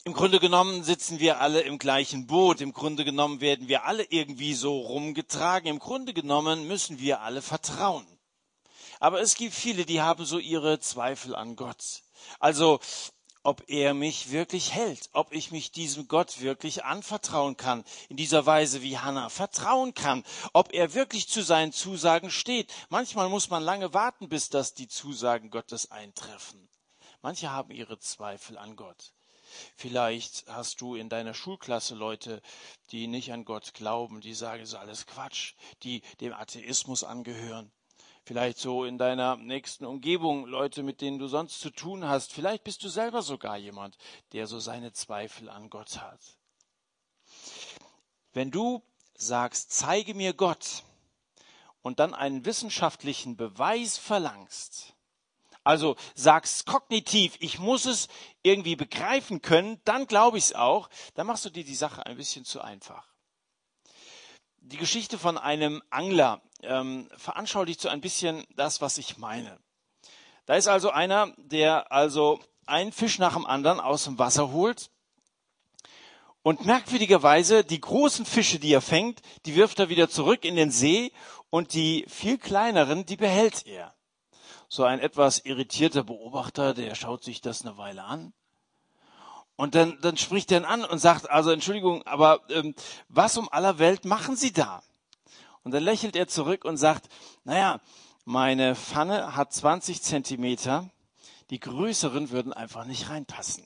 Im Grunde genommen sitzen wir alle im gleichen Boot. Im Grunde genommen werden wir alle irgendwie so rumgetragen. Im Grunde genommen müssen wir alle vertrauen. Aber es gibt viele, die haben so ihre Zweifel an Gott. Also, ob er mich wirklich hält, ob ich mich diesem Gott wirklich anvertrauen kann, in dieser Weise wie Hannah vertrauen kann, ob er wirklich zu seinen Zusagen steht. Manchmal muss man lange warten, bis dass die Zusagen Gottes eintreffen. Manche haben ihre Zweifel an Gott. Vielleicht hast du in deiner Schulklasse Leute, die nicht an Gott glauben, die sagen, es ist alles Quatsch, die dem Atheismus angehören. Vielleicht so in deiner nächsten Umgebung Leute, mit denen du sonst zu tun hast. Vielleicht bist du selber sogar jemand, der so seine Zweifel an Gott hat. Wenn du sagst, zeige mir Gott und dann einen wissenschaftlichen Beweis verlangst, also sagst kognitiv, ich muss es irgendwie begreifen können, dann glaube ich es auch, dann machst du dir die Sache ein bisschen zu einfach. Die Geschichte von einem Angler veranschaulicht so ein bisschen das, was ich meine. Da ist also einer, der also einen Fisch nach dem anderen aus dem Wasser holt und merkwürdigerweise die großen Fische, die er fängt, die wirft er wieder zurück in den See und die viel kleineren, die behält er. So ein etwas irritierter Beobachter, der schaut sich das eine Weile an. Und dann spricht er ihn an und sagt, also Entschuldigung, aber was um aller Welt machen Sie da? Und dann lächelt er zurück und sagt, naja, meine Pfanne hat 20 Zentimeter, die größeren würden einfach nicht reinpassen.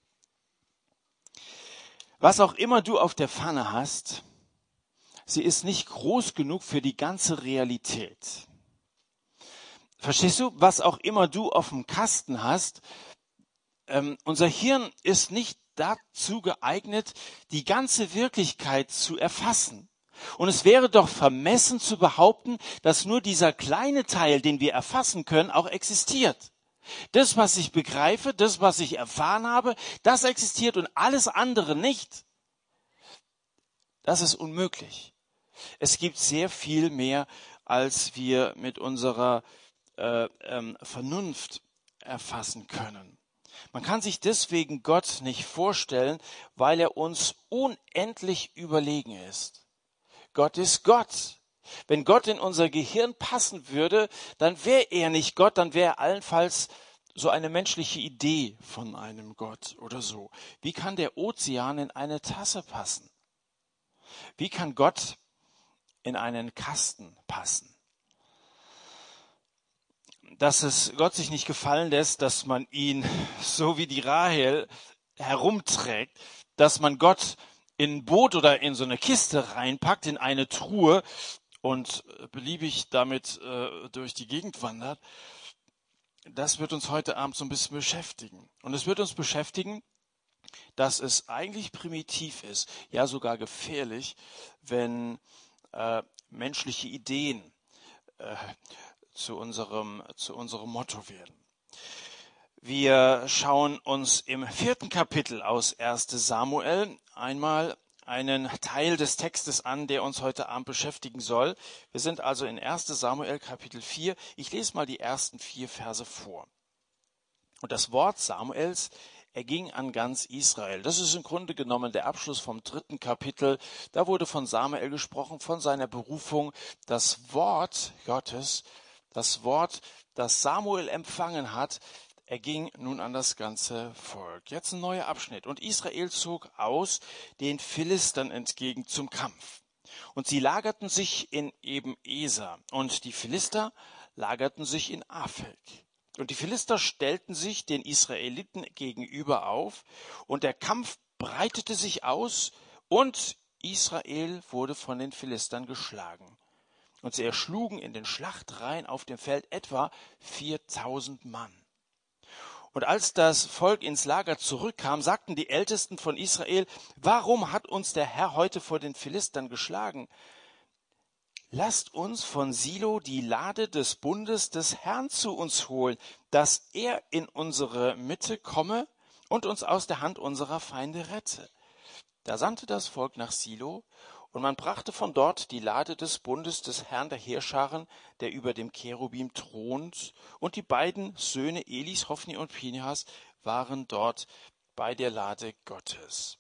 Was auch immer du auf der Pfanne hast, sie ist nicht groß genug für die ganze Realität. Verstehst du? Was auch immer du auf dem Kasten hast, unser Hirn ist nicht dazu geeignet, die ganze Wirklichkeit zu erfassen. Und es wäre doch vermessen zu behaupten, dass nur dieser kleine Teil, den wir erfassen können, auch existiert. Das, was ich begreife, das, was ich erfahren habe, das existiert und alles andere nicht. Das ist unmöglich. Es gibt sehr viel mehr, als wir mit unserer Vernunft erfassen können. Man kann sich deswegen Gott nicht vorstellen, weil er uns unendlich überlegen ist. Gott ist Gott. Wenn Gott in unser Gehirn passen würde, dann wäre er nicht Gott, dann wäre er allenfalls so eine menschliche Idee von einem Gott oder so. Wie kann der Ozean in eine Tasse passen? Wie kann Gott in einen Kasten passen? Dass es Gott sich nicht gefallen lässt, dass man ihn, so wie die Rahel, herumträgt, dass man Gott in ein Boot oder in so eine Kiste reinpackt, in eine Truhe und beliebig damit durch die Gegend wandert, das wird uns heute Abend so ein bisschen beschäftigen. Und es wird uns beschäftigen, dass es eigentlich primitiv ist, ja sogar gefährlich, wenn menschliche Ideen zu unserem Motto werden. Wir schauen uns im 4. Kapitel aus 1. Samuel einmal einen Teil des Textes an, der uns heute Abend beschäftigen soll. Wir sind also in 1. Samuel Kapitel 4. Ich lese mal die ersten 4 Verse vor. Und das Wort Samuels erging an ganz Israel. Das ist im Grunde genommen der Abschluss vom 3. Kapitel. Da wurde von Samuel gesprochen, von seiner Berufung. Das Wort Gottes, das Wort, das Samuel empfangen hat, erging nun an das ganze Volk. Jetzt ein neuer Abschnitt. Und Israel zog aus den Philistern entgegen zum Kampf. Und sie lagerten sich in Eben-Eser. Und die Philister lagerten sich in Aphek. Und die Philister stellten sich den Israeliten gegenüber auf. Und der Kampf breitete sich aus. Und Israel wurde von den Philistern geschlagen. Und sie erschlugen in den Schlachtreihen auf dem Feld etwa 4.000 Mann. Und als das Volk ins Lager zurückkam, sagten die Ältesten von Israel, warum hat uns der Herr heute vor den Philistern geschlagen? Lasst uns von Silo die Lade des Bundes des Herrn zu uns holen, dass er in unsere Mitte komme und uns aus der Hand unserer Feinde rette. Da sandte das Volk nach Silo, und man brachte von dort die Lade des Bundes des Herrn der Heerscharen, der über dem Cherubim thront, und die beiden Söhne Elis, Hofni und Pinehas, waren dort bei der Lade Gottes.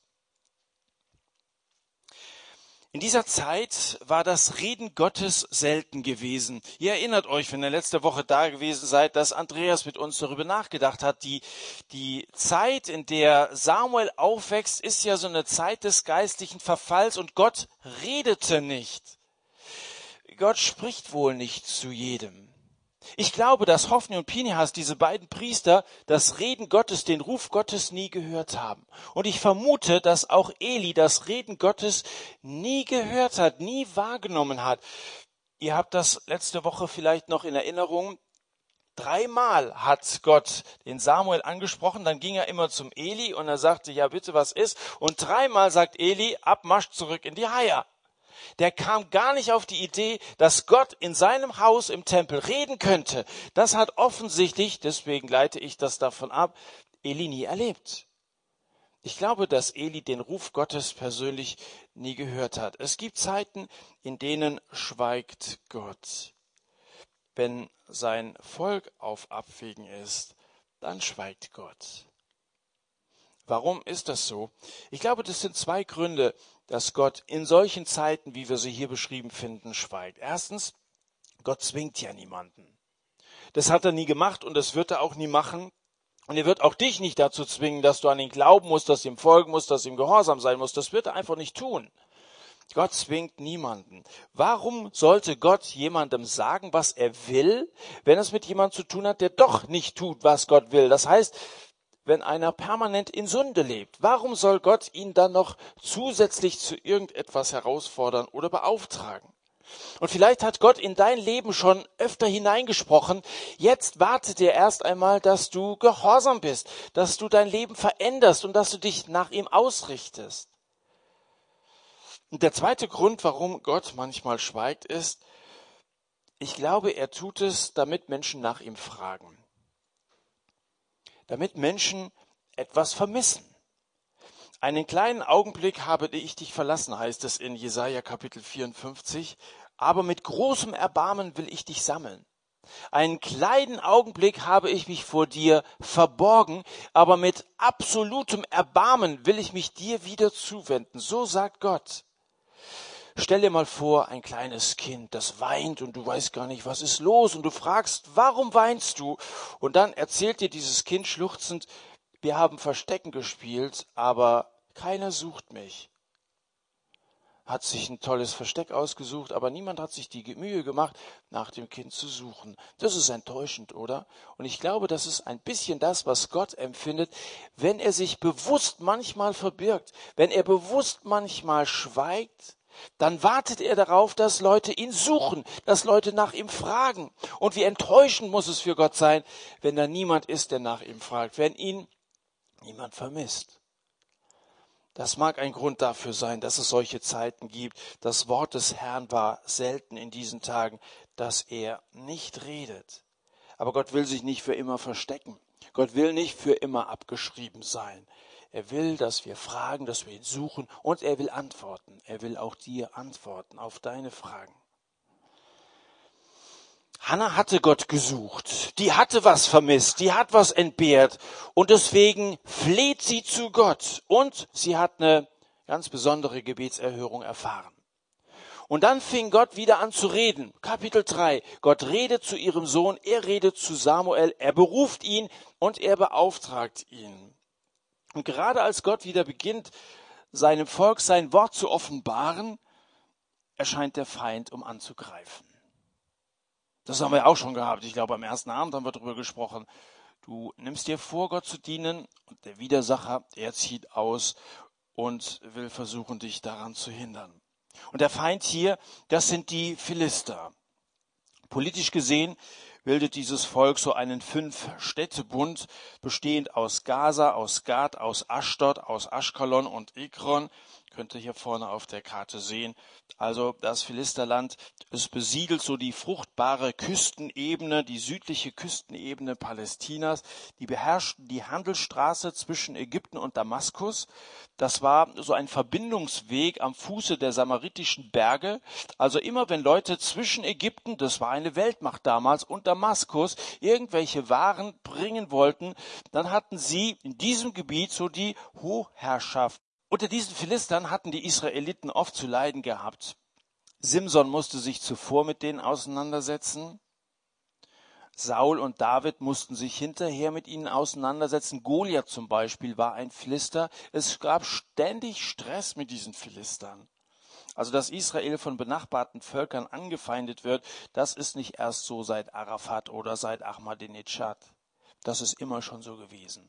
In dieser Zeit war das Reden Gottes selten gewesen. Ihr erinnert euch, wenn ihr letzte Woche da gewesen seid, dass Andreas mit uns darüber nachgedacht hat. Die Zeit, in der Samuel aufwächst, ist ja so eine Zeit des geistlichen Verfalls und Gott redete nicht. Gott spricht wohl nicht zu jedem. Ich glaube, dass Hophni und Pinehas, diese beiden Priester, das Reden Gottes, den Ruf Gottes nie gehört haben. Und ich vermute, dass auch Eli das Reden Gottes nie gehört hat, nie wahrgenommen hat. Ihr habt das letzte Woche vielleicht noch in Erinnerung. 3-mal hat Gott den Samuel angesprochen, dann ging er immer zum Eli und er sagte, ja bitte, was ist? Und 3-mal sagt Eli, Abmarsch zurück in die Haia. Der kam gar nicht auf die Idee, dass Gott in seinem Haus im Tempel reden könnte. Das hat offensichtlich, deswegen leite ich das davon ab, Eli nie erlebt. Ich glaube, dass Eli den Ruf Gottes persönlich nie gehört hat. Es gibt Zeiten, in denen schweigt Gott. Wenn sein Volk auf Abwägen ist, dann schweigt Gott. Warum ist das so? Ich glaube, das sind 2 Gründe, dass Gott in solchen Zeiten, wie wir sie hier beschrieben finden, schweigt. Erstens, Gott zwingt ja niemanden. Das hat er nie gemacht und das wird er auch nie machen. Und er wird auch dich nicht dazu zwingen, dass du an ihn glauben musst, dass du ihm folgen musst, dass du ihm gehorsam sein musst. Das wird er einfach nicht tun. Gott zwingt niemanden. Warum sollte Gott jemandem sagen, was er will, wenn es mit jemandem zu tun hat, der doch nicht tut, was Gott will? Das heißt, wenn einer permanent in Sünde lebt, warum soll Gott ihn dann noch zusätzlich zu irgendetwas herausfordern oder beauftragen? Und vielleicht hat Gott in dein Leben schon öfter hineingesprochen. Jetzt wartet er erst einmal, dass du gehorsam bist, dass du dein Leben veränderst und dass du dich nach ihm ausrichtest. Und der zweite Grund, warum Gott manchmal schweigt, ist, ich glaube, er tut es, damit Menschen nach ihm fragen. Damit Menschen etwas vermissen. Einen kleinen Augenblick habe ich dich verlassen, heißt es in Jesaja Kapitel 54. Aber mit großem Erbarmen will ich dich sammeln. Einen kleinen Augenblick habe ich mich vor dir verborgen, aber mit absolutem Erbarmen will ich mich dir wieder zuwenden. So sagt Gott. Stell dir mal vor, ein kleines Kind, das weint und du weißt gar nicht, was ist los, und du fragst, warum weinst du? Und dann erzählt dir dieses Kind schluchzend, wir haben Verstecken gespielt, aber keiner sucht mich. Hat sich ein tolles Versteck ausgesucht, aber niemand hat sich die Mühe gemacht, nach dem Kind zu suchen. Das ist enttäuschend, oder? Und ich glaube, das ist ein bisschen das, was Gott empfindet, wenn er sich bewusst manchmal verbirgt, wenn er bewusst manchmal schweigt. Dann wartet er darauf, dass Leute ihn suchen, dass Leute nach ihm fragen. Und wie enttäuschend muss es für Gott sein, wenn da niemand ist, der nach ihm fragt, wenn ihn niemand vermisst. Das mag ein Grund dafür sein, dass es solche Zeiten gibt. Das Wort des Herrn war selten in diesen Tagen, dass er nicht redet. Aber Gott will sich nicht für immer verstecken. Gott will nicht für immer abgeschrieben sein. Er will, dass wir fragen, dass wir ihn suchen, und er will antworten. Er will auch dir antworten auf deine Fragen. Hannah hatte Gott gesucht. Die hatte was vermisst. Die hat was entbehrt. Und deswegen fleht sie zu Gott. Und sie hat eine ganz besondere Gebetserhörung erfahren. Und dann fing Gott wieder an zu reden. Kapitel 3. Gott redet zu ihrem Sohn. Er redet zu Samuel. Er beruft ihn und er beauftragt ihn. Und gerade als Gott wieder beginnt, seinem Volk sein Wort zu offenbaren, erscheint der Feind, um anzugreifen. Das haben wir auch schon gehabt. Ich glaube, am ersten Abend haben wir darüber gesprochen. Du nimmst dir vor, Gott zu dienen, und der Widersacher, der zieht aus und will versuchen, dich daran zu hindern. Und der Feind hier, das sind die Philister. Politisch gesehen bildet dieses Volk so einen 5-Städtebund, bestehend aus Gaza, aus Gad, aus Aschdod, aus Aschkelon und Ekron. Könnt ihr hier vorne auf der Karte sehen. Also das Philisterland, es besiedelt so die fruchtbare Küstenebene, die südliche Küstenebene Palästinas. Die beherrschten die Handelsstraße zwischen Ägypten und Damaskus. Das war so ein Verbindungsweg am Fuße der samaritischen Berge. Also immer wenn Leute zwischen Ägypten, das war eine Weltmacht damals, und Damaskus irgendwelche Waren bringen wollten, dann hatten sie in diesem Gebiet so die Hochherrschaft. Unter diesen Philistern hatten die Israeliten oft zu leiden gehabt. Simson musste sich zuvor mit denen auseinandersetzen. Saul und David mussten sich hinterher mit ihnen auseinandersetzen. Goliath zum Beispiel war ein Philister. Es gab ständig Stress mit diesen Philistern. Also, dass Israel von benachbarten Völkern angefeindet wird, das ist nicht erst so seit Arafat oder seit Ahmadinejad. Das ist immer schon so gewesen.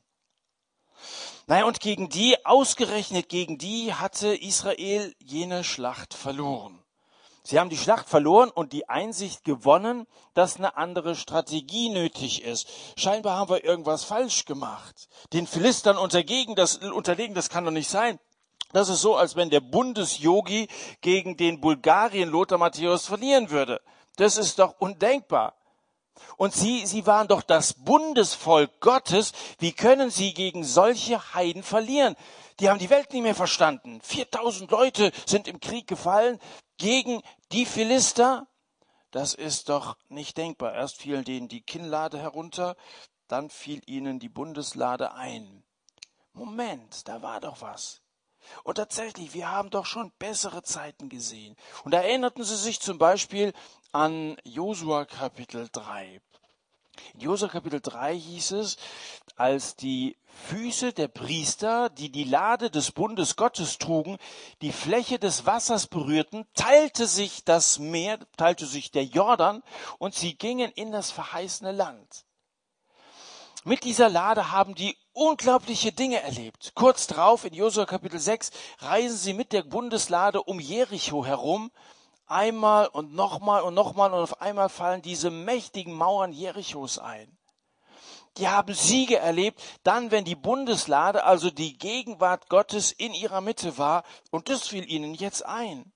Naja, und ausgerechnet gegen die hatte Israel jene Schlacht verloren. Sie haben die Schlacht verloren und die Einsicht gewonnen, dass eine andere Strategie nötig ist. Scheinbar haben wir irgendwas falsch gemacht. Den Philistern unterlegen, das kann doch nicht sein. Das ist so, als wenn der Bundesyogi gegen den Bulgarien Lothar Matthäus verlieren würde. Das ist doch undenkbar. Und sie waren doch das Bundesvolk Gottes. Wie können sie gegen solche Heiden verlieren? Die haben die Welt nicht mehr verstanden. 4000 Leute sind im Krieg gefallen gegen die Philister. Das ist doch nicht denkbar. Erst fiel denen die Kinnlade herunter, dann fiel ihnen die Bundeslade ein. Moment, da war doch was. Und tatsächlich, wir haben doch schon bessere Zeiten gesehen. Und da erinnerten sie sich zum Beispiel an Josua Kapitel 3. In Josua Kapitel 3 hieß es, als die Füße der Priester, die die Lade des Bundes Gottes trugen, die Fläche des Wassers berührten, teilte sich das Meer, teilte sich der Jordan und sie gingen in das verheißene Land. Mit dieser Lade haben die unglaubliche Dinge erlebt. Kurz darauf in Josua Kapitel 6 reisen sie mit der Bundeslade um Jericho herum. Einmal und nochmal und nochmal und auf einmal fallen diese mächtigen Mauern Jerichos ein. Die haben Siege erlebt, dann wenn die Bundeslade, also die Gegenwart Gottes in ihrer Mitte war, und das fiel ihnen jetzt ein.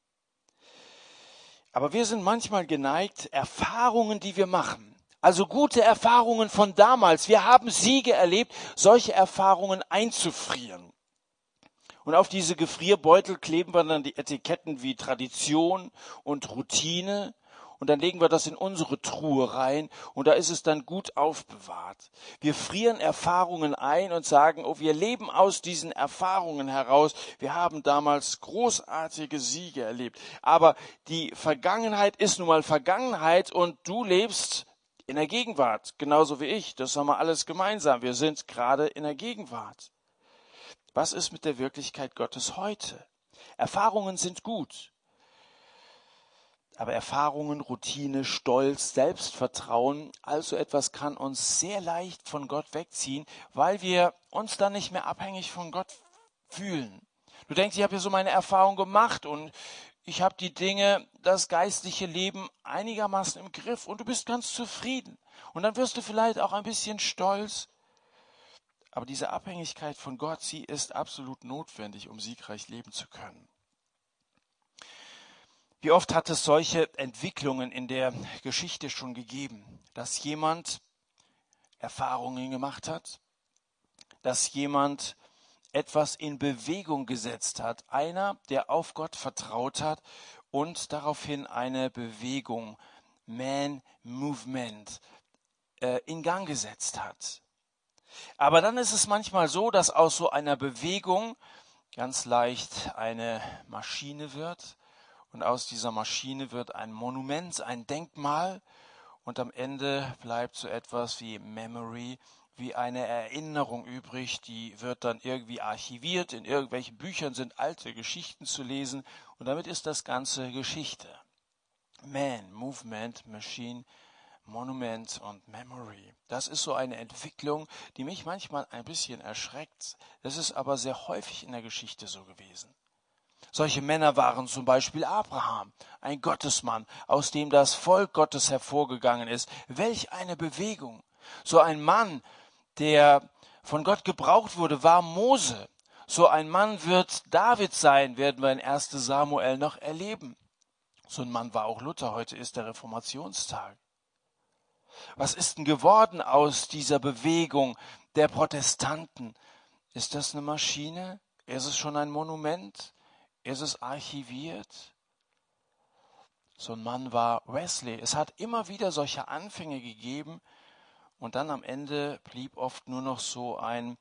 Aber wir sind manchmal geneigt, Erfahrungen, die wir machen, also gute Erfahrungen von damals, wir haben Siege erlebt, solche Erfahrungen einzufrieren. Und auf diese Gefrierbeutel kleben wir dann die Etiketten wie Tradition und Routine. Und dann legen wir das in unsere Truhe rein und da ist es dann gut aufbewahrt. Wir frieren Erfahrungen ein und sagen, oh, wir leben aus diesen Erfahrungen heraus. Wir haben damals großartige Siege erlebt. Aber die Vergangenheit ist nun mal Vergangenheit und du lebst in der Gegenwart, genauso wie ich. Das haben wir alles gemeinsam. Wir sind gerade in der Gegenwart. Was ist mit der Wirklichkeit Gottes heute? Erfahrungen sind gut. Aber Erfahrungen, Routine, Stolz, Selbstvertrauen, also etwas kann uns sehr leicht von Gott wegziehen, weil wir uns dann nicht mehr abhängig von Gott fühlen. Du denkst, ich habe ja so meine Erfahrung gemacht und ich habe die Dinge, das geistliche Leben einigermaßen im Griff und du bist ganz zufrieden. Und dann wirst du vielleicht auch ein bisschen stolz. Aber diese Abhängigkeit von Gott, sie ist absolut notwendig, um siegreich leben zu können. Wie oft hat es solche Entwicklungen in der Geschichte schon gegeben, dass jemand Erfahrungen gemacht hat, dass jemand etwas in Bewegung gesetzt hat, einer, der auf Gott vertraut hat und daraufhin eine Bewegung, Man-Movement, in Gang gesetzt hat. Aber dann ist es manchmal so, dass aus so einer Bewegung ganz leicht eine Maschine wird und aus dieser Maschine wird ein Monument, ein Denkmal und am Ende bleibt so etwas wie Memory, wie eine Erinnerung übrig, die wird dann irgendwie archiviert, in irgendwelchen Büchern sind alte Geschichten zu lesen und damit ist das Ganze Geschichte. Man, Movement, Machine, Monument und Memory. Das ist so eine Entwicklung, die mich manchmal ein bisschen erschreckt. Das ist aber sehr häufig in der Geschichte so gewesen. Solche Männer waren zum Beispiel Abraham, ein Gottesmann, aus dem das Volk Gottes hervorgegangen ist. Welch eine Bewegung! So ein Mann, der von Gott gebraucht wurde, war Mose. So ein Mann wird David sein, werden wir in 1. Samuel noch erleben. So ein Mann war auch Luther, heute ist der Reformationstag. Was ist denn geworden aus dieser Bewegung der Protestanten? Ist das eine Maschine? Ist es schon ein Monument? Ist es archiviert? So ein Mann war Wesley. Es hat immer wieder solche Anfänge gegeben und dann am Ende blieb oft nur noch so ein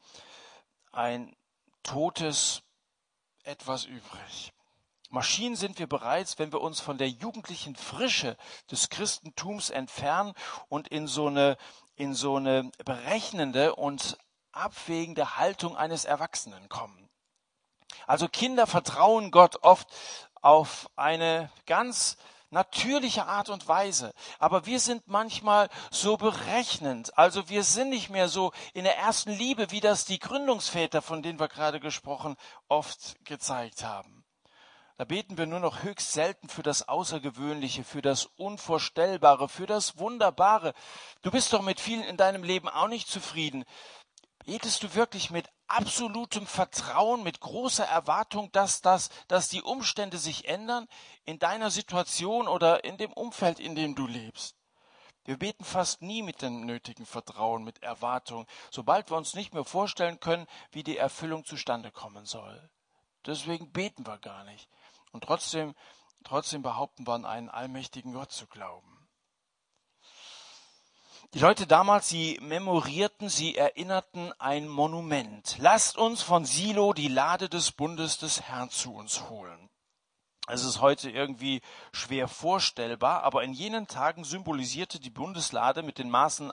totes Etwas übrig. Maschinen sind wir bereits, wenn wir uns von der jugendlichen Frische des Christentums entfernen und in so eine berechnende und abwägende Haltung eines Erwachsenen kommen. Also Kinder vertrauen Gott oft auf eine ganz natürliche Art und Weise. Aber wir sind manchmal so berechnend. Also wir sind nicht mehr so in der ersten Liebe, wie das die Gründungsväter, von denen wir gerade gesprochen, oft gezeigt haben. Da beten wir nur noch höchst selten für das Außergewöhnliche, für das Unvorstellbare, für das Wunderbare. Du bist doch mit vielen in deinem Leben auch nicht zufrieden. Betest du wirklich mit absolutem Vertrauen, mit großer Erwartung, dass die Umstände sich ändern in deiner Situation oder in dem Umfeld, in dem du lebst? Wir beten fast nie mit dem nötigen Vertrauen, mit Erwartung, sobald wir uns nicht mehr vorstellen können, wie die Erfüllung zustande kommen soll. Deswegen beten wir gar nicht. Und trotzdem behaupten wir an einen allmächtigen Gott zu glauben. Die Leute damals, sie memorierten, sie erinnerten ein Monument. Lasst uns von Silo die Lade des Bundes des Herrn zu uns holen. Es ist heute irgendwie schwer vorstellbar, aber in jenen Tagen symbolisierte die Bundeslade mit den Maßen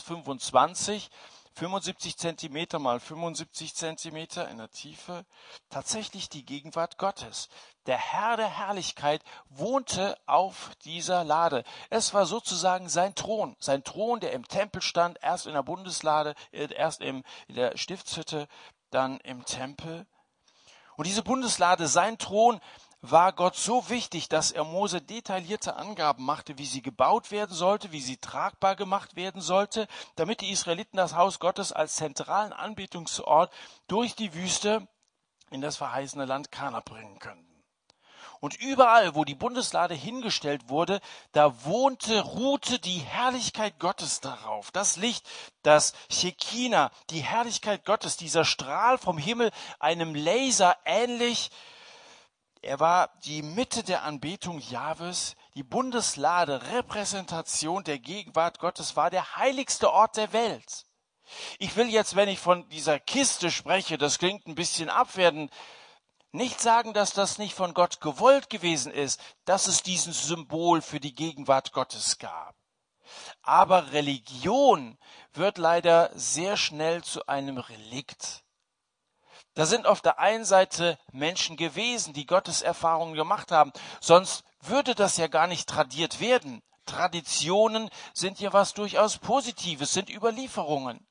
1,25, 75 Zentimeter mal 75 Zentimeter in der Tiefe, tatsächlich die Gegenwart Gottes. Der Herr der Herrlichkeit wohnte auf dieser Lade. Es war sozusagen sein Thron, der im Tempel stand, erst in der Bundeslade, erst in der Stiftshütte, dann im Tempel. Und diese Bundeslade, sein Thron, war Gott so wichtig, dass er Mose detaillierte Angaben machte, wie sie gebaut werden sollte, wie sie tragbar gemacht werden sollte, damit die Israeliten das Haus Gottes als zentralen Anbetungsort durch die Wüste in das verheißene Land Kana bringen könnten. Und überall, wo die Bundeslade hingestellt wurde, da ruhte die Herrlichkeit Gottes darauf. Das Licht, das Shekinah, die Herrlichkeit Gottes, dieser Strahl vom Himmel, einem Laser ähnlich. Er war die Mitte der Anbetung Jahwes, die Bundeslade, Repräsentation der Gegenwart Gottes, war der heiligste Ort der Welt. Ich will jetzt, wenn ich von dieser Kiste spreche, das klingt ein bisschen abwertend, nicht sagen, dass das nicht von Gott gewollt gewesen ist, dass es diesen Symbol für die Gegenwart Gottes gab. Aber Religion wird leider sehr schnell zu einem Relikt. Da sind auf der einen Seite Menschen gewesen, die Gotteserfahrungen gemacht haben, sonst würde das ja gar nicht tradiert werden. Traditionen sind ja was durchaus Positives, sind Überlieferungen.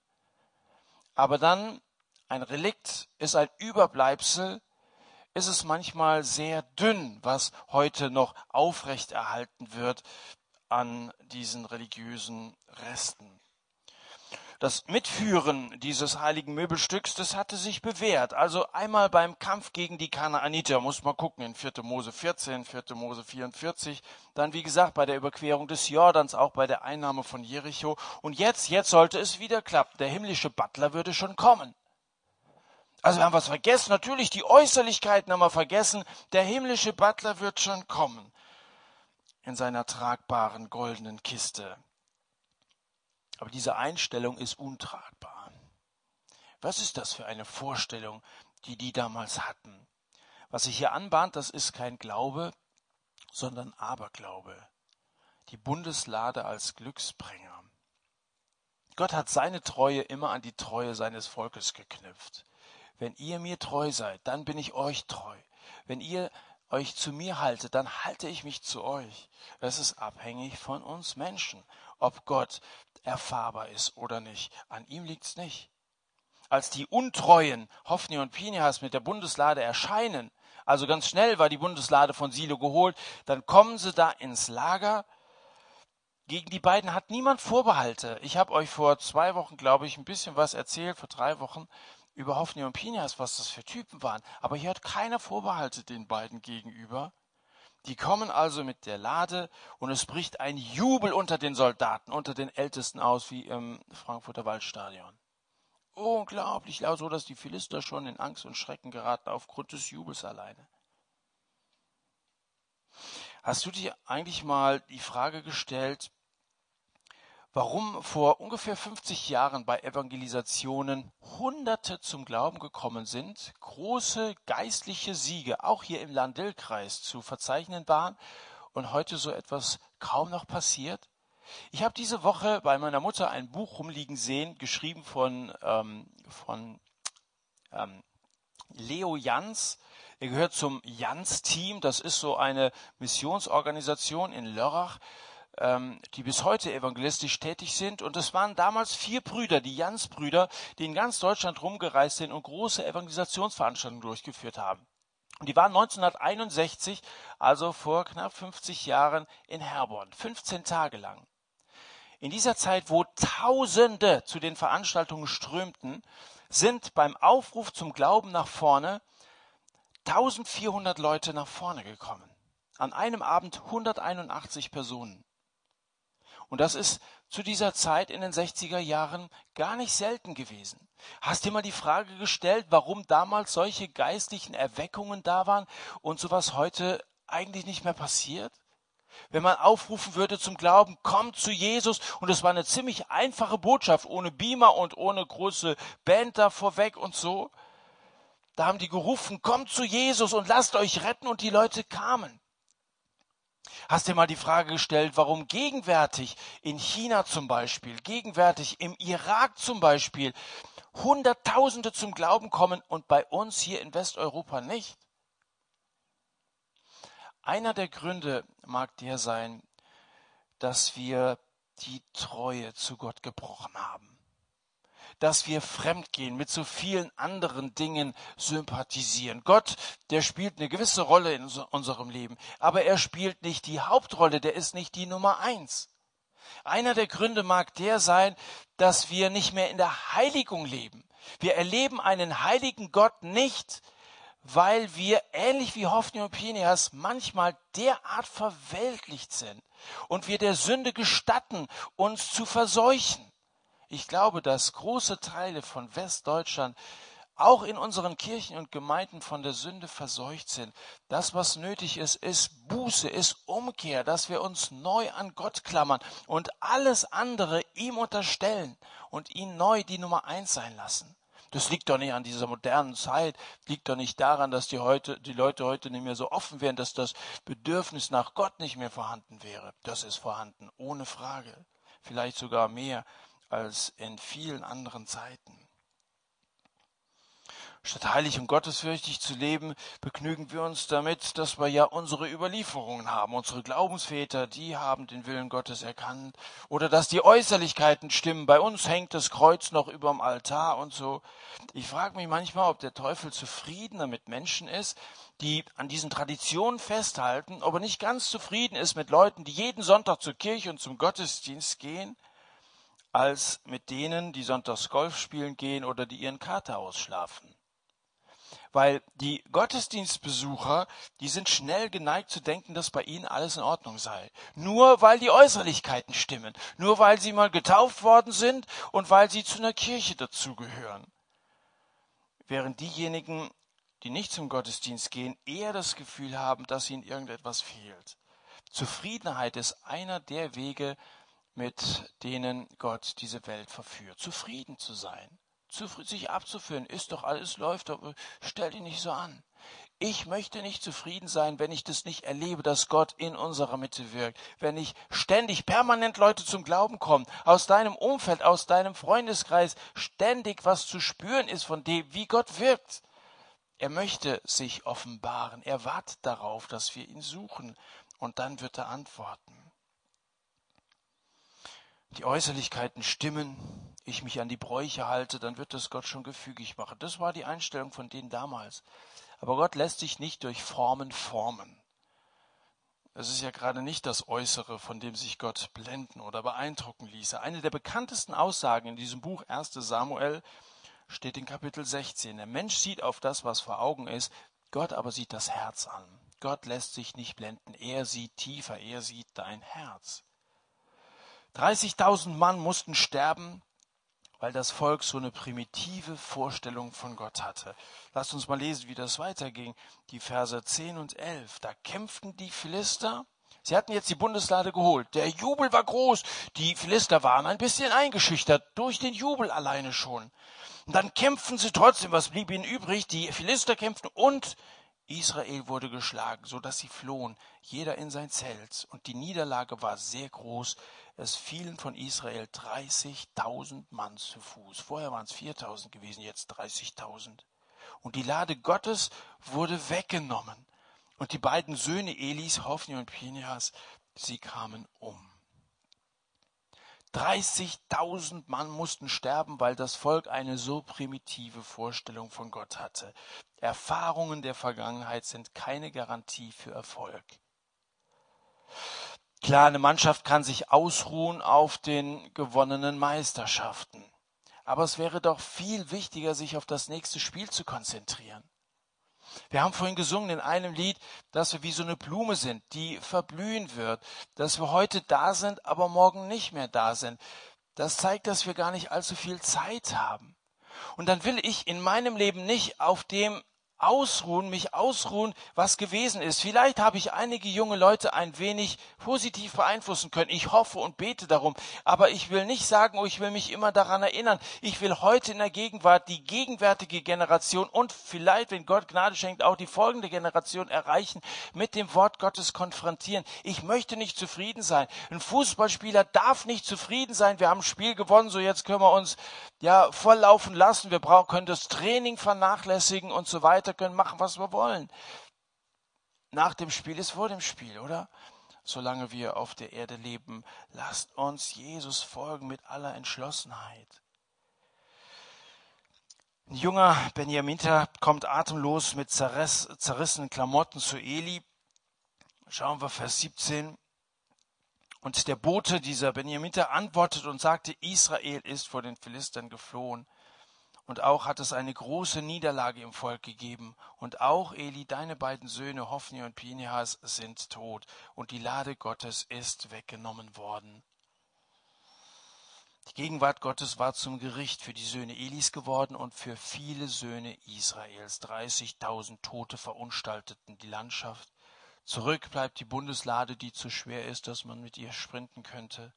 Aber dann ein Relikt ist ein Überbleibsel, ist es manchmal sehr dünn, was heute noch aufrechterhalten wird an diesen religiösen Resten. Das Mitführen dieses heiligen Möbelstücks, das hatte sich bewährt. Also einmal beim Kampf gegen die Kanaaniter, muss man gucken, in 4. Mose 14, 4. Mose 44. Dann, wie gesagt, bei der Überquerung des Jordans, auch bei der Einnahme von Jericho. Und jetzt sollte es wieder klappen. Der himmlische Butler würde schon kommen. Also wir haben was vergessen. Natürlich, die Äußerlichkeiten haben wir vergessen. Der himmlische Butler wird schon kommen. In seiner tragbaren goldenen Kiste. Aber diese Einstellung ist untragbar. Was ist das für eine Vorstellung, die damals hatten? Was sich hier anbahnt, das ist kein Glaube, sondern Aberglaube. Die Bundeslade als Glücksbringer. Gott hat seine Treue immer an die Treue seines Volkes geknüpft. Wenn ihr mir treu seid, dann bin ich euch treu. Wenn ihr euch zu mir haltet, dann halte ich mich zu euch. Das ist abhängig von uns Menschen, ob Gott erfahrbar ist oder nicht. An ihm liegt's nicht. Als die Untreuen Hofni und Pinehas mit der Bundeslade erscheinen, also ganz schnell war die Bundeslade von Silo geholt, dann kommen sie da ins Lager. Gegen die beiden hat niemand Vorbehalte. Ich habe euch vor 2 Wochen, glaube ich, ein bisschen was erzählt, vor 3 Wochen. über Hophni und Pinehas, was das für Typen waren. Aber hier hat keiner Vorbehalte den beiden gegenüber. Die kommen also mit der Lade und es bricht ein Jubel unter den Soldaten, unter den Ältesten aus, wie im Frankfurter Waldstadion. Unglaublich laut, so dass die Philister schon in Angst und Schrecken geraten aufgrund des Jubels alleine. Hast du dir eigentlich mal die Frage gestellt, warum vor ungefähr 50 Jahren bei Evangelisationen Hunderte zum Glauben gekommen sind, große geistliche Siege auch hier im Lahn-Dill-Kreis zu verzeichnen waren und heute so etwas kaum noch passiert? Ich habe diese Woche bei meiner Mutter ein Buch rumliegen sehen, geschrieben von Leo Jans. Er gehört zum Jans-Team. Das ist so eine Missionsorganisation in Lörrach, die bis heute evangelistisch tätig sind. Und es waren damals 4 Brüder, die Jans-Brüder, die in ganz Deutschland rumgereist sind und große Evangelisationsveranstaltungen durchgeführt haben. Und die waren 1961, also vor knapp 50 Jahren, in Herborn, 15 Tage lang. In dieser Zeit, wo Tausende zu den Veranstaltungen strömten, sind beim Aufruf zum Glauben nach vorne 1400 Leute nach vorne gekommen. An einem Abend 181 Personen. Und das ist zu dieser Zeit in den 60er Jahren gar nicht selten gewesen. Hast dir mal die Frage gestellt, warum damals solche geistlichen Erweckungen da waren und sowas heute eigentlich nicht mehr passiert? Wenn man aufrufen würde zum Glauben, kommt zu Jesus, und es war eine ziemlich einfache Botschaft, ohne Beamer und ohne große Band da vorweg und so. Da haben die gerufen, kommt zu Jesus und lasst euch retten, und die Leute kamen. Hast dir mal die Frage gestellt, warum gegenwärtig in China zum Beispiel, gegenwärtig im Irak zum Beispiel, Hunderttausende zum Glauben kommen und bei uns hier in Westeuropa nicht? Einer der Gründe mag der sein, dass wir die Treue zu Gott gebrochen haben. Dass wir fremdgehen, mit so vielen anderen Dingen sympathisieren. Gott, der spielt eine gewisse Rolle in unserem Leben, aber er spielt nicht die Hauptrolle, der ist nicht die Nummer 1. Einer der Gründe mag der sein, dass wir nicht mehr in der Heiligung leben. Wir erleben einen heiligen Gott nicht, weil wir, ähnlich wie Hophni und Pinehas, manchmal derart verweltlicht sind und wir der Sünde gestatten, uns zu verseuchen. Ich glaube, dass große Teile von Westdeutschland auch in unseren Kirchen und Gemeinden von der Sünde verseucht sind. Das, was nötig ist, ist Buße, ist Umkehr, dass wir uns neu an Gott klammern und alles andere ihm unterstellen und ihn neu die Nummer 1 sein lassen. Das liegt doch nicht an dieser modernen Zeit, liegt doch nicht daran, dass die Leute heute nicht mehr so offen wären, dass das Bedürfnis nach Gott nicht mehr vorhanden wäre. Das ist vorhanden, ohne Frage. Vielleicht sogar mehr als in vielen anderen Zeiten. Statt heilig und gottesfürchtig zu leben, begnügen wir uns damit, dass wir ja unsere Überlieferungen haben. Unsere Glaubensväter, die haben den Willen Gottes erkannt. Oder dass die Äußerlichkeiten stimmen. Bei uns hängt das Kreuz noch überm Altar und so. Ich frage mich manchmal, ob der Teufel zufriedener mit Menschen ist, die an diesen Traditionen festhalten, ob er nicht ganz zufrieden ist mit Leuten, die jeden Sonntag zur Kirche und zum Gottesdienst gehen, als mit denen, die sonntags Golf spielen gehen oder die ihren Kater ausschlafen. Weil die Gottesdienstbesucher, die sind schnell geneigt zu denken, dass bei ihnen alles in Ordnung sei. Nur weil die Äußerlichkeiten stimmen, nur weil sie mal getauft worden sind und weil sie zu einer Kirche dazugehören. Während diejenigen, die nicht zum Gottesdienst gehen, eher das Gefühl haben, dass ihnen irgendetwas fehlt. Zufriedenheit ist einer der Wege, mit denen Gott diese Welt verführt. Zufrieden zu sein, sich abzuführen, ist doch alles, läuft doch, stell dich nicht so an. Ich möchte nicht zufrieden sein, wenn ich das nicht erlebe, dass Gott in unserer Mitte wirkt. Wenn nicht ständig, permanent Leute zum Glauben kommen, aus deinem Umfeld, aus deinem Freundeskreis, ständig was zu spüren ist von dem, wie Gott wirkt. Er möchte sich offenbaren. Er wartet darauf, dass wir ihn suchen. Und dann wird er antworten. Die Äußerlichkeiten stimmen, ich mich an die Bräuche halte, dann wird das Gott schon gefügig machen. Das war die Einstellung von denen damals. Aber Gott lässt sich nicht durch Formen formen. Es ist ja gerade nicht das Äußere, von dem sich Gott blenden oder beeindrucken ließe. Eine der bekanntesten Aussagen in diesem Buch 1. Samuel steht in Kapitel 16. Der Mensch sieht auf das, was vor Augen ist, Gott aber sieht das Herz an. Gott lässt sich nicht blenden, er sieht tiefer, er sieht dein Herz. 30.000 Mann mussten sterben, weil das Volk so eine primitive Vorstellung von Gott hatte. Lasst uns mal lesen, wie das weiterging. Die Verse 10 und 11. Da kämpften die Philister. Sie hatten jetzt die Bundeslade geholt. Der Jubel war groß. Die Philister waren ein bisschen eingeschüchtert durch den Jubel alleine schon. Und dann kämpften sie trotzdem. Was blieb ihnen übrig? Die Philister kämpften und Israel wurde geschlagen, so dass sie flohen, jeder in sein Zelt. Und die Niederlage war sehr groß. Es fielen von Israel 30.000 Mann zu Fuß. Vorher waren es 4.000 gewesen, jetzt 30.000. Und die Lade Gottes wurde weggenommen. Und die beiden Söhne Elis, Hofni und Pinehas, sie kamen um. 30.000 Mann mussten sterben, weil das Volk eine so primitive Vorstellung von Gott hatte. Erfahrungen der Vergangenheit sind keine Garantie für Erfolg. Klar, eine Mannschaft kann sich ausruhen auf den gewonnenen Meisterschaften. Aber es wäre doch viel wichtiger, sich auf das nächste Spiel zu konzentrieren. Wir haben vorhin gesungen in einem Lied, dass wir wie so eine Blume sind, die verblühen wird, dass wir heute da sind, aber morgen nicht mehr da sind. Das zeigt, dass wir gar nicht allzu viel Zeit haben. Und dann will ich in meinem Leben nicht auf dem mich ausruhen, was gewesen ist. Vielleicht habe ich einige junge Leute ein wenig positiv beeinflussen können. Ich hoffe und bete darum. Aber ich will nicht sagen, ich will mich immer daran erinnern. Ich will heute in der Gegenwart die gegenwärtige Generation und vielleicht, wenn Gott Gnade schenkt, auch die folgende Generation erreichen, mit dem Wort Gottes konfrontieren. Ich möchte nicht zufrieden sein. Ein Fußballspieler darf nicht zufrieden sein. Wir haben ein Spiel gewonnen, so jetzt können wir uns volllaufen lassen. Wir können das Training vernachlässigen und so weiter, können machen, was wir wollen. Nach dem Spiel ist vor dem Spiel, oder? Solange wir auf der Erde leben, lasst uns Jesus folgen mit aller Entschlossenheit. Ein junger Benjaminiter kommt atemlos mit zerrissenen Klamotten zu Eli. Schauen wir Vers 17. Und der Bote dieser Benjaminiter antwortet und sagte, Israel ist vor den Philistern geflohen. Und auch hat es eine große Niederlage im Volk gegeben. Und auch, Eli, deine beiden Söhne, Hofni und Pinehas, sind tot. Und die Lade Gottes ist weggenommen worden. Die Gegenwart Gottes war zum Gericht für die Söhne Elis geworden und für viele Söhne Israels. 30.000 Tote verunstalteten die Landschaft. Zurück bleibt die Bundeslade, die zu schwer ist, dass man mit ihr sprinten könnte.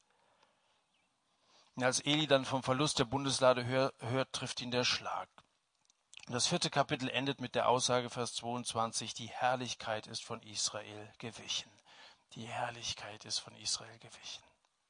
Und als Eli dann vom Verlust der Bundeslade hört, trifft ihn der Schlag. Das 4. Kapitel endet mit der Aussage, Vers 22, die Herrlichkeit ist von Israel gewichen. Die Herrlichkeit ist von Israel gewichen.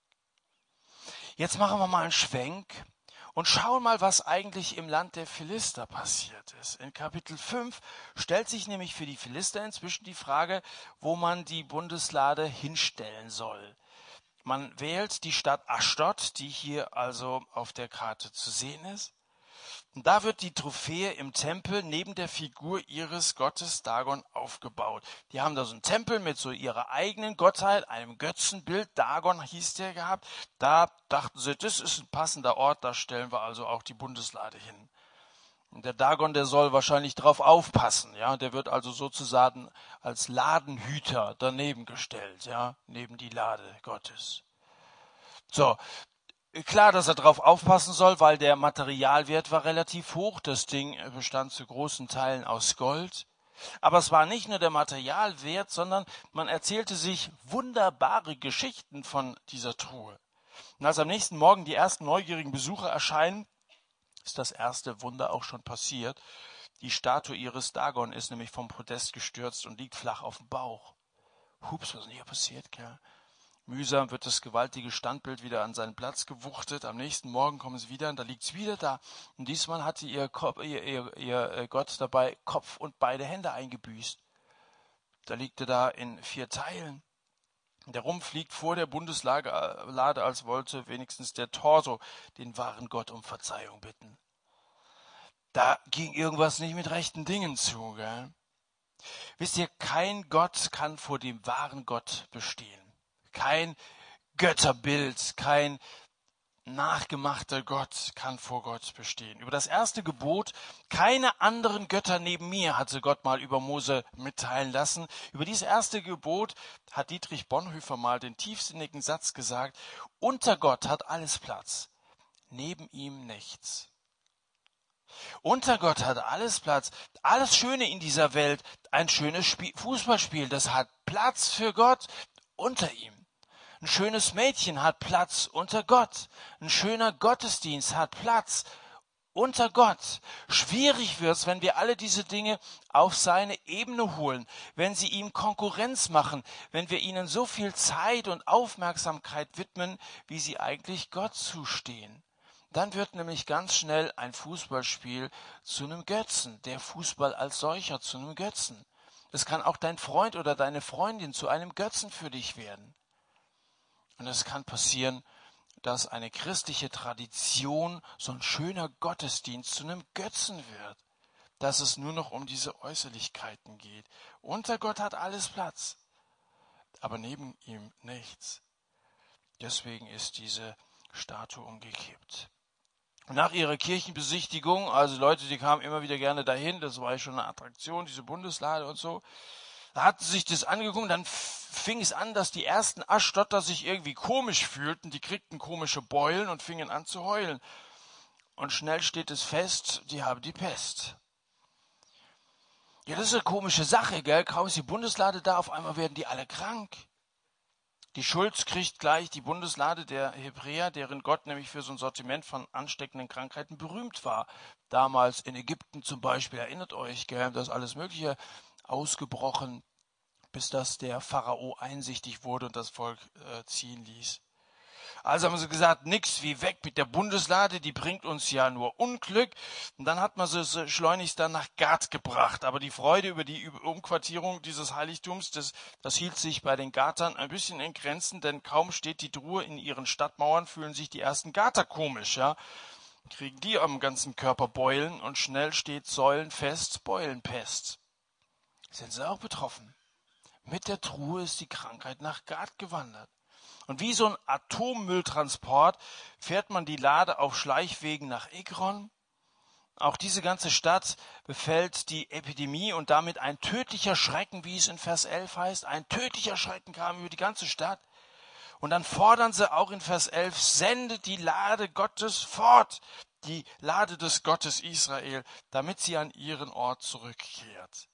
Jetzt machen wir mal einen Schwenk und schauen mal, was eigentlich im Land der Philister passiert ist. In Kapitel 5 stellt sich nämlich für die Philister inzwischen die Frage, wo man die Bundeslade hinstellen soll. Man wählt die Stadt Aschdod, die hier also auf der Karte zu sehen ist. Und da wird die Trophäe im Tempel neben der Figur ihres Gottes Dagon aufgebaut. Die haben da so einen Tempel mit so ihrer eigenen Gottheit, einem Götzenbild. Dagon hieß der gehabt. Da dachten sie, das ist ein passender Ort, da stellen wir also auch die Bundeslade hin. Und der Dagon, der soll wahrscheinlich drauf aufpassen, ja. Der wird also sozusagen als Ladenhüter daneben gestellt, ja, neben die Lade Gottes. So, klar, dass er drauf aufpassen soll, weil der Materialwert war relativ hoch. Das Ding bestand zu großen Teilen aus Gold. Aber es war nicht nur der Materialwert, sondern man erzählte sich wunderbare Geschichten von dieser Truhe. Und als am nächsten Morgen die ersten neugierigen Besucher erscheinen, ist das erste Wunder auch schon passiert. Die Statue ihres Dagon ist nämlich vom Podest gestürzt und liegt flach auf dem Bauch. Hups, was ist denn hier passiert, gell? Mühsam wird das gewaltige Standbild wieder an seinen Platz gewuchtet. Am nächsten Morgen kommen sie wieder und da liegt es wieder da. Und diesmal hatte ihr Gott dabei Kopf und beide Hände eingebüßt. Da liegt er da in 4 Teilen. Der Rumpf liegt vor der Bundeslade, als wollte wenigstens der Torso den wahren Gott um Verzeihung bitten. Da ging irgendwas nicht mit rechten Dingen zu, gell? Wisst ihr, kein Gott kann vor dem wahren Gott bestehen. Kein Götterbild, kein nachgemachter Gott kann vor Gott bestehen. Über das erste Gebot, keine anderen Götter neben mir, hatte Gott mal über Mose mitteilen lassen. Über dieses erste Gebot hat Dietrich Bonhoeffer mal den tiefsinnigen Satz gesagt: Unter Gott hat alles Platz, neben ihm nichts. Unter Gott hat alles Platz. Alles Schöne in dieser Welt, ein schönes Fußballspiel, das hat Platz für Gott unter ihm. Ein schönes Mädchen hat Platz unter Gott. Ein schöner Gottesdienst hat Platz unter Gott. Schwierig wird's, wenn wir alle diese Dinge auf seine Ebene holen, wenn sie ihm Konkurrenz machen, wenn wir ihnen so viel Zeit und Aufmerksamkeit widmen, wie sie eigentlich Gott zustehen. Dann wird nämlich ganz schnell ein Fußballspiel zu einem Götzen, der Fußball als solcher zu einem Götzen. Es kann auch dein Freund oder deine Freundin zu einem Götzen für dich werden. Und es kann passieren, dass eine christliche Tradition, so ein schöner Gottesdienst, zu einem Götzen wird. Dass es nur noch um diese Äußerlichkeiten geht. Unter Gott hat alles Platz, aber neben ihm nichts. Deswegen ist diese Statue umgekippt. Nach ihrer Kirchenbesichtigung, also Leute, die kamen immer wieder gerne dahin, das war ja schon eine Attraktion, diese Bundeslade und so, da hatten sie sich das angeguckt, dann fing es an, dass die ersten Aschdotter sich irgendwie komisch fühlten, die kriegten komische Beulen und fingen an zu heulen. Und schnell steht es fest, die haben die Pest. Ja, das ist eine komische Sache, gell? Kaum ist die Bundeslade da, auf einmal werden die alle krank. Die Schuld kriegt gleich die Bundeslade der Hebräer, deren Gott nämlich für so ein Sortiment von ansteckenden Krankheiten berühmt war. Damals in Ägypten zum Beispiel, erinnert euch, gell? Da ist alles Mögliche ausgebrochen, bis dass der Pharao einsichtig wurde und das Volk ziehen ließ. Also haben sie gesagt, nix wie weg mit der Bundeslade, die bringt uns ja nur Unglück. Und dann hat man sie schleunigst dann nach Gath gebracht. Aber die Freude über die Umquartierung dieses Heiligtums, das hielt sich bei den Gathern ein bisschen in Grenzen, denn kaum steht die Truhe in ihren Stadtmauern, fühlen sich die ersten Gater komisch, ja. Kriegen die am ganzen Körper Beulen und schnell steht säulenfest Beulenpest. Sind sie auch betroffen? Mit der Truhe ist die Krankheit nach Gath gewandert. Und wie so ein Atommülltransport fährt man die Lade auf Schleichwegen nach Ekron. Auch diese ganze Stadt befällt die Epidemie und damit ein tödlicher Schrecken, wie es in Vers 11 heißt. Ein tödlicher Schrecken kam über die ganze Stadt. Und dann fordern sie auch in Vers 11, sendet die Lade Gottes fort, die Lade des Gottes Israel, damit sie an ihren Ort zurückkehrt.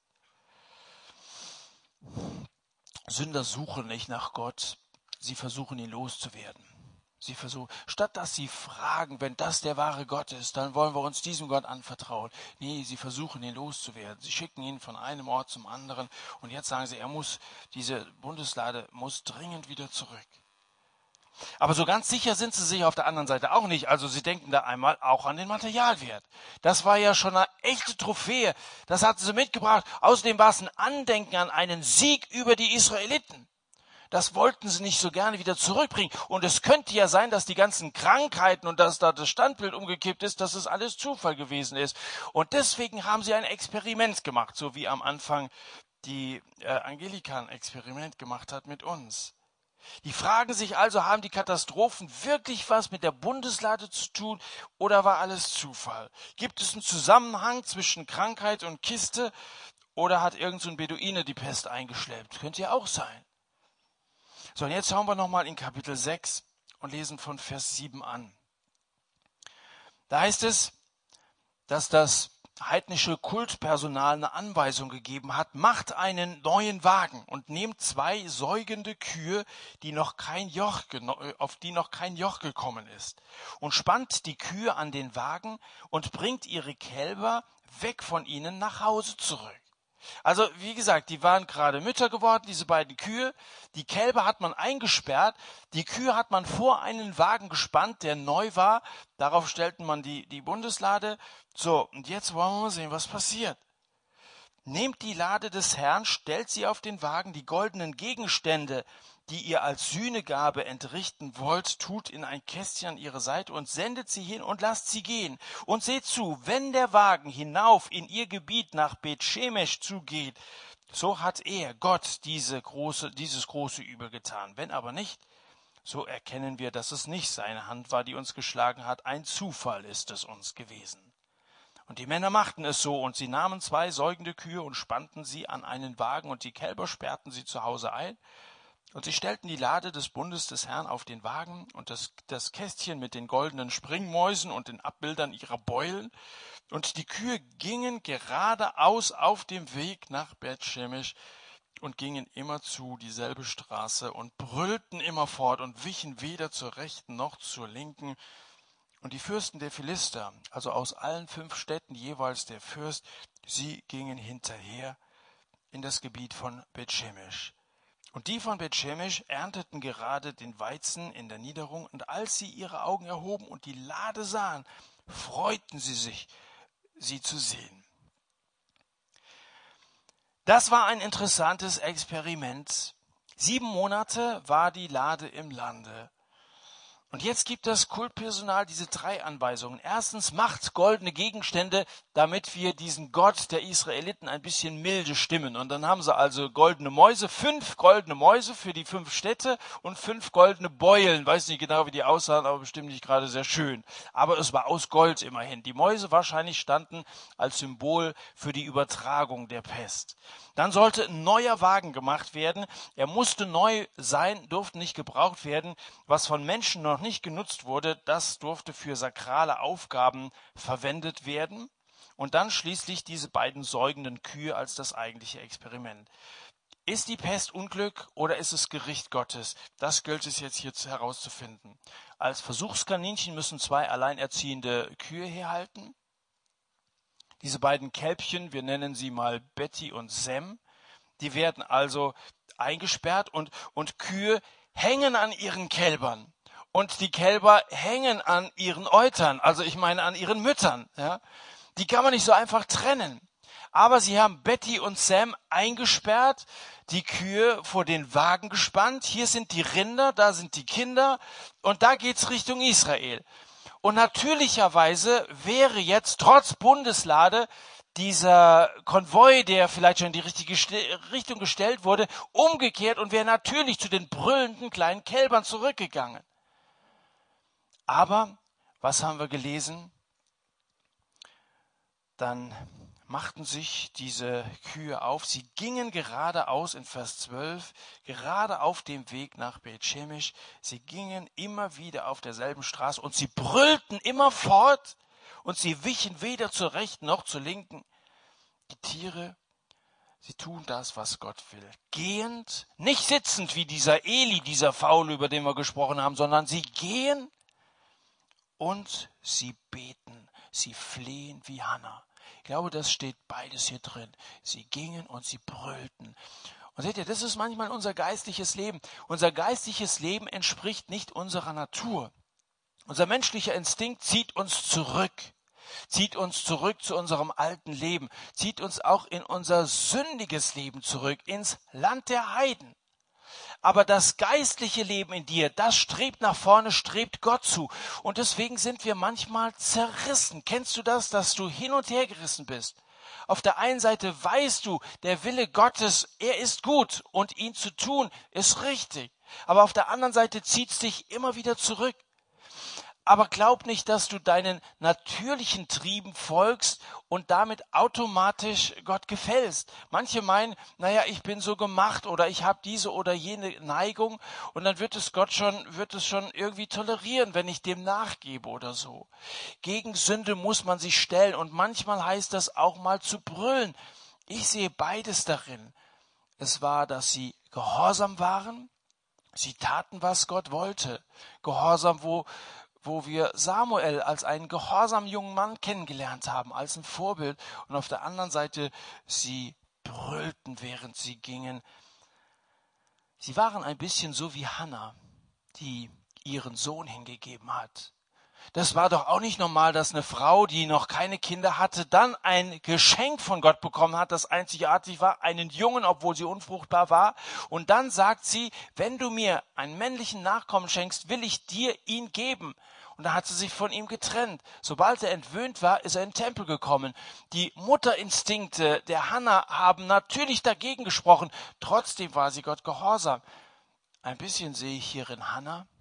Sünder suchen nicht nach Gott. Sie versuchen, ihn loszuwerden. Statt dass sie fragen, wenn das der wahre Gott ist, dann wollen wir uns diesem Gott anvertrauen. Nee, sie versuchen, ihn loszuwerden. Sie schicken ihn von einem Ort zum anderen. Und jetzt sagen sie, diese Bundeslade muss dringend wieder zurück. Aber so ganz sicher sind sie sich auf der anderen Seite auch nicht. Also sie denken da einmal auch an den Materialwert. Das war ja schon eine echte Trophäe. Das hatten sie mitgebracht. Außerdem war es ein Andenken an einen Sieg über die Israeliten. Das wollten sie nicht so gerne wieder zurückbringen. Und es könnte ja sein, dass die ganzen Krankheiten und dass da das Standbild umgekippt ist, dass es alles Zufall gewesen ist. Und deswegen haben sie ein Experiment gemacht, so wie am Anfang die Angelika ein Experiment gemacht hat mit uns. Die fragen sich also, haben die Katastrophen wirklich was mit der Bundeslade zu tun oder war alles Zufall? Gibt es einen Zusammenhang zwischen Krankheit und Kiste oder hat irgend so ein Beduine die Pest eingeschleppt? Könnte ja auch sein. So, und jetzt schauen wir nochmal in Kapitel 6 und lesen von Vers 7 an. Da heißt es, dass das heidnische Kultpersonal eine Anweisung gegeben hat, macht einen neuen Wagen und nehmt 2 säugende Kühe, auf die noch kein Joch gekommen ist, und spannt die Kühe an den Wagen und bringt ihre Kälber weg von ihnen nach Hause zurück. Also, wie gesagt, die waren gerade Mütter geworden, diese beiden Kühe. Die Kälber hat man eingesperrt, die Kühe hat man vor einen Wagen gespannt, der neu war. Darauf stellten man die Bundeslade. So, und jetzt wollen wir mal sehen, was passiert. Nehmt die Lade des Herrn, stellt sie auf den Wagen, die goldenen Gegenstände, die ihr als Sühnegabe entrichten wollt, tut in ein Kästchen an ihre Seite und sendet sie hin und lasst sie gehen. Und seht zu, wenn der Wagen hinauf in ihr Gebiet nach Bet-Shemesh zugeht, so hat er, Gott, dieses große Übel getan. Wenn aber nicht, so erkennen wir, dass es nicht seine Hand war, die uns geschlagen hat. Ein Zufall ist es uns gewesen. Und die Männer machten es so, und sie nahmen 2 säugende Kühe und spannten sie an einen Wagen, und die Kälber sperrten sie zu Hause ein. Und sie stellten die Lade des Bundes des Herrn auf den Wagen und das Kästchen mit den goldenen Springmäusen und den Abbildern ihrer Beulen. Und die Kühe gingen geradeaus auf dem Weg nach Beth-Shemesh und gingen immerzu dieselbe Straße und brüllten immerfort und wichen weder zur rechten noch zur linken. Und die Fürsten der Philister, also aus allen 5 Städten jeweils der Fürst, sie gingen hinterher in das Gebiet von Beth-Shemesh. Und die von Beth-Shemesh ernteten gerade den Weizen in der Niederung, und als sie ihre Augen erhoben und die Lade sahen, freuten sie sich, sie zu sehen. Das war ein interessantes Experiment. 7 Monate war die Lade im Lande. Und jetzt gibt das Kultpersonal diese 3 Anweisungen. Erstens, macht goldene Gegenstände, damit wir diesen Gott der Israeliten ein bisschen milde stimmen. Und dann haben sie also goldene Mäuse, 5 goldene Mäuse für die 5 Städte und 5 goldene Beulen. Weiß nicht genau, wie die aussahen, aber bestimmt nicht gerade sehr schön. Aber es war aus Gold immerhin. Die Mäuse wahrscheinlich standen als Symbol für die Übertragung der Pest. Dann sollte ein neuer Wagen gemacht werden. Er musste neu sein, durfte nicht gebraucht werden. Was von Menschen noch nicht genutzt wurde, das durfte für sakrale Aufgaben verwendet werden. Und dann schließlich diese beiden säugenden Kühe als das eigentliche Experiment. Ist die Pest Unglück oder ist es Gericht Gottes? Das gilt es jetzt hier herauszufinden. Als Versuchskaninchen müssen 2 alleinerziehende Kühe herhalten. Diese beiden Kälbchen, wir nennen sie mal Betty und Sam, die werden also eingesperrt und Kühe hängen an ihren Kälbern. Und die Kälber hängen an ihren Eutern, also ich meine an ihren Müttern. Ja? Die kann man nicht so einfach trennen. Aber sie haben Betty und Sam eingesperrt, die Kühe vor den Wagen gespannt. Hier sind die Rinder, da sind die Kinder und da geht's Richtung Israel. Und natürlicherweise wäre jetzt trotz Bundeslade dieser Konvoi, der vielleicht schon in die richtige Richtung gestellt wurde, umgekehrt und wäre natürlich zu den brüllenden kleinen Kälbern zurückgegangen. Aber, was haben wir gelesen? Dann machten sich diese Kühe auf. Sie gingen geradeaus in Vers 12, gerade auf dem Weg nach Beth-Shemesh. Sie gingen immer wieder auf derselben Straße und sie brüllten immerfort und sie wichen weder zur rechten noch zur linken. Die Tiere, sie tun das, was Gott will. Gehend, nicht sitzend wie dieser Eli, dieser Faule, über den wir gesprochen haben, sondern sie gehen und sie beten, sie flehen wie Hannah. Ich glaube, das steht beides hier drin. Sie gingen und sie brüllten. Und seht ihr, das ist manchmal unser geistliches Leben. Unser geistliches Leben entspricht nicht unserer Natur. Unser menschlicher Instinkt zieht uns zurück zu unserem alten Leben, zieht uns auch in unser sündiges Leben zurück, ins Land der Heiden. Aber das geistliche Leben in dir, das strebt nach vorne, strebt Gott zu. Und deswegen sind wir manchmal zerrissen. Kennst du das, dass du hin und her gerissen bist? Auf der einen Seite weißt du, der Wille Gottes, er ist gut und ihn zu tun, ist richtig. Aber auf der anderen Seite zieht es dich immer wieder zurück. Aber glaub nicht, dass du deinen natürlichen Trieben folgst und damit automatisch Gott gefällst. Manche meinen, ich bin so gemacht oder ich habe diese oder jene Neigung und dann wird es schon irgendwie tolerieren, wenn ich dem nachgebe oder so. Gegen Sünde muss man sich stellen und manchmal heißt das auch mal zu brüllen. Ich sehe beides darin. Es war, dass sie gehorsam waren. Sie taten, was Gott wollte. Gehorsam, wo wir Samuel als einen gehorsamen jungen Mann kennengelernt haben, als ein Vorbild. Und auf der anderen Seite, sie brüllten, während sie gingen. Sie waren ein bisschen so wie Hannah, die ihren Sohn hingegeben hat. Das war doch auch nicht normal, dass eine Frau, die noch keine Kinder hatte, dann ein Geschenk von Gott bekommen hat, das einzigartig war, einen Jungen, obwohl sie unfruchtbar war. Und dann sagt sie, wenn du mir einen männlichen Nachkommen schenkst, will ich dir ihn geben. Und da hat sie sich von ihm getrennt. Sobald er entwöhnt war, ist er in den Tempel gekommen. Die Mutterinstinkte der Hannah haben natürlich dagegen gesprochen. Trotzdem war sie Gott gehorsam. Ein bisschen sehe ich hier in Hannah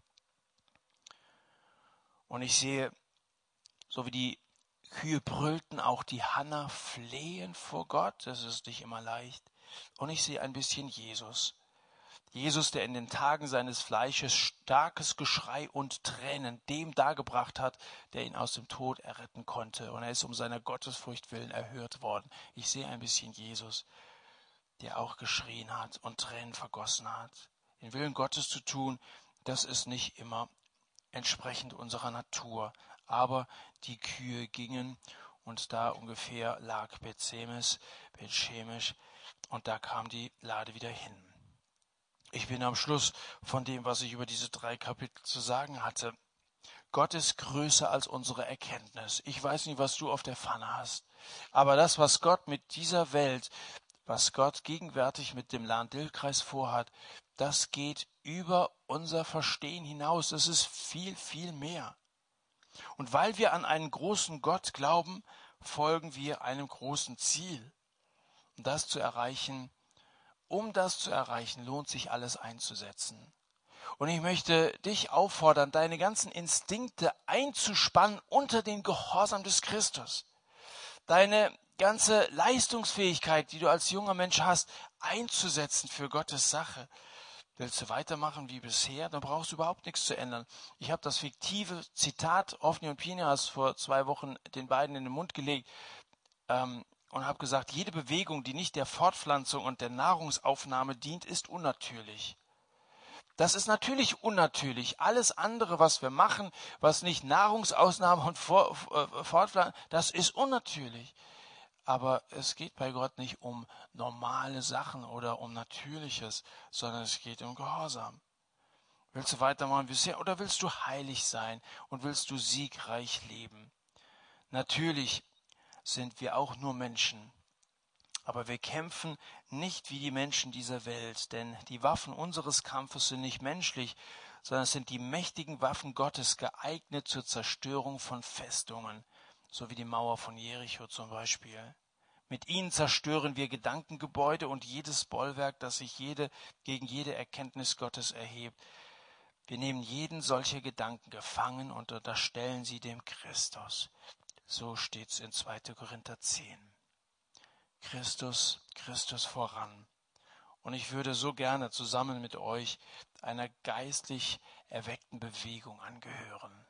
Und ich sehe, so wie die Kühe brüllten, auch die Hannah flehen vor Gott. Das ist nicht immer leicht. Und ich sehe ein bisschen Jesus. Jesus, der in den Tagen seines Fleisches starkes Geschrei und Tränen dem dargebracht hat, der ihn aus dem Tod erretten konnte. Und er ist um seiner Gottesfurcht willen erhört worden. Ich sehe ein bisschen Jesus, der auch geschrien hat und Tränen vergossen hat. Den Willen Gottes zu tun, das ist nicht immer entsprechend unserer Natur. Aber die Kühe gingen, und da ungefähr lag Bethsemes, Bethshemesh, und da kam die Lade wieder hin. Ich bin am Schluss von dem, was ich über diese 3 Kapitel zu sagen hatte. Gott ist größer als unsere Erkenntnis. Ich weiß nicht, was du auf der Pfanne hast, aber das, was Gott mit dieser Welt, was Gott gegenwärtig mit dem Lahn-Dill-Kreis vorhat, das geht über unser Verstehen hinaus. Es ist viel, viel mehr. Und weil wir an einen großen Gott glauben, folgen wir einem großen Ziel. Und das zu erreichen, um das zu erreichen, lohnt sich alles einzusetzen. Und ich möchte dich auffordern, deine ganzen Instinkte einzuspannen unter den Gehorsam des Christus. Deine ganze Leistungsfähigkeit, die du als junger Mensch hast, einzusetzen für Gottes Sache. Willst du weitermachen wie bisher, dann brauchst du überhaupt nichts zu ändern. Ich habe das fiktive Zitat Ofni und Pinehas vor 2 Wochen den beiden in den Mund gelegt und habe gesagt, jede Bewegung, die nicht der Fortpflanzung und der Nahrungsaufnahme dient, ist unnatürlich. Das ist natürlich unnatürlich. Alles andere, was wir machen, was nicht Nahrungsausnahme und Fortpflanzung, das ist unnatürlich. Aber es geht bei Gott nicht um normale Sachen oder um Natürliches, sondern es geht um Gehorsam. Willst du weitermachen wie bisher oder willst du heilig sein und willst du siegreich leben? Natürlich sind wir auch nur Menschen. Aber wir kämpfen nicht wie die Menschen dieser Welt, denn die Waffen unseres Kampfes sind nicht menschlich, sondern es sind die mächtigen Waffen Gottes, geeignet zur Zerstörung von Festungen, so wie die Mauer von Jericho zum Beispiel. Mit ihnen zerstören wir Gedankengebäude und jedes Bollwerk, das sich gegen jede Erkenntnis Gottes erhebt. Wir nehmen jeden solcher Gedanken gefangen und unterstellen sie dem Christus. So steht's in 2. Korinther 10. Christus voran. Und ich würde so gerne zusammen mit euch einer geistlich erweckten Bewegung angehören.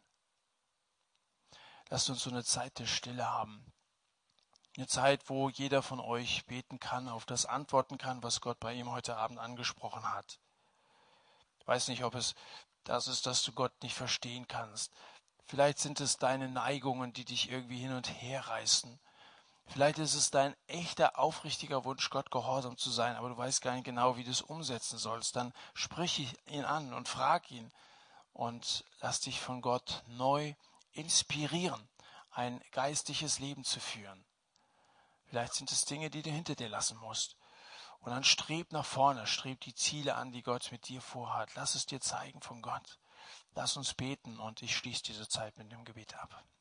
Lasst uns so eine Zeit der Stille haben. Eine Zeit, wo jeder von euch beten kann, auf das antworten kann, was Gott bei ihm heute Abend angesprochen hat. Ich weiß nicht, ob es das ist, dass du Gott nicht verstehen kannst. Vielleicht sind es deine Neigungen, die dich irgendwie hin und her reißen. Vielleicht ist es dein echter, aufrichtiger Wunsch, Gott gehorsam zu sein, aber du weißt gar nicht genau, wie du es umsetzen sollst. Dann sprich ihn an und frag ihn und lass dich von Gott neu inspirieren, ein geistliches Leben zu führen. Vielleicht sind es Dinge, die du hinter dir lassen musst. Und dann streb nach vorne, streb die Ziele an, die Gott mit dir vorhat. Lass es dir zeigen von Gott. Lass uns beten und ich schließe diese Zeit mit dem Gebet ab.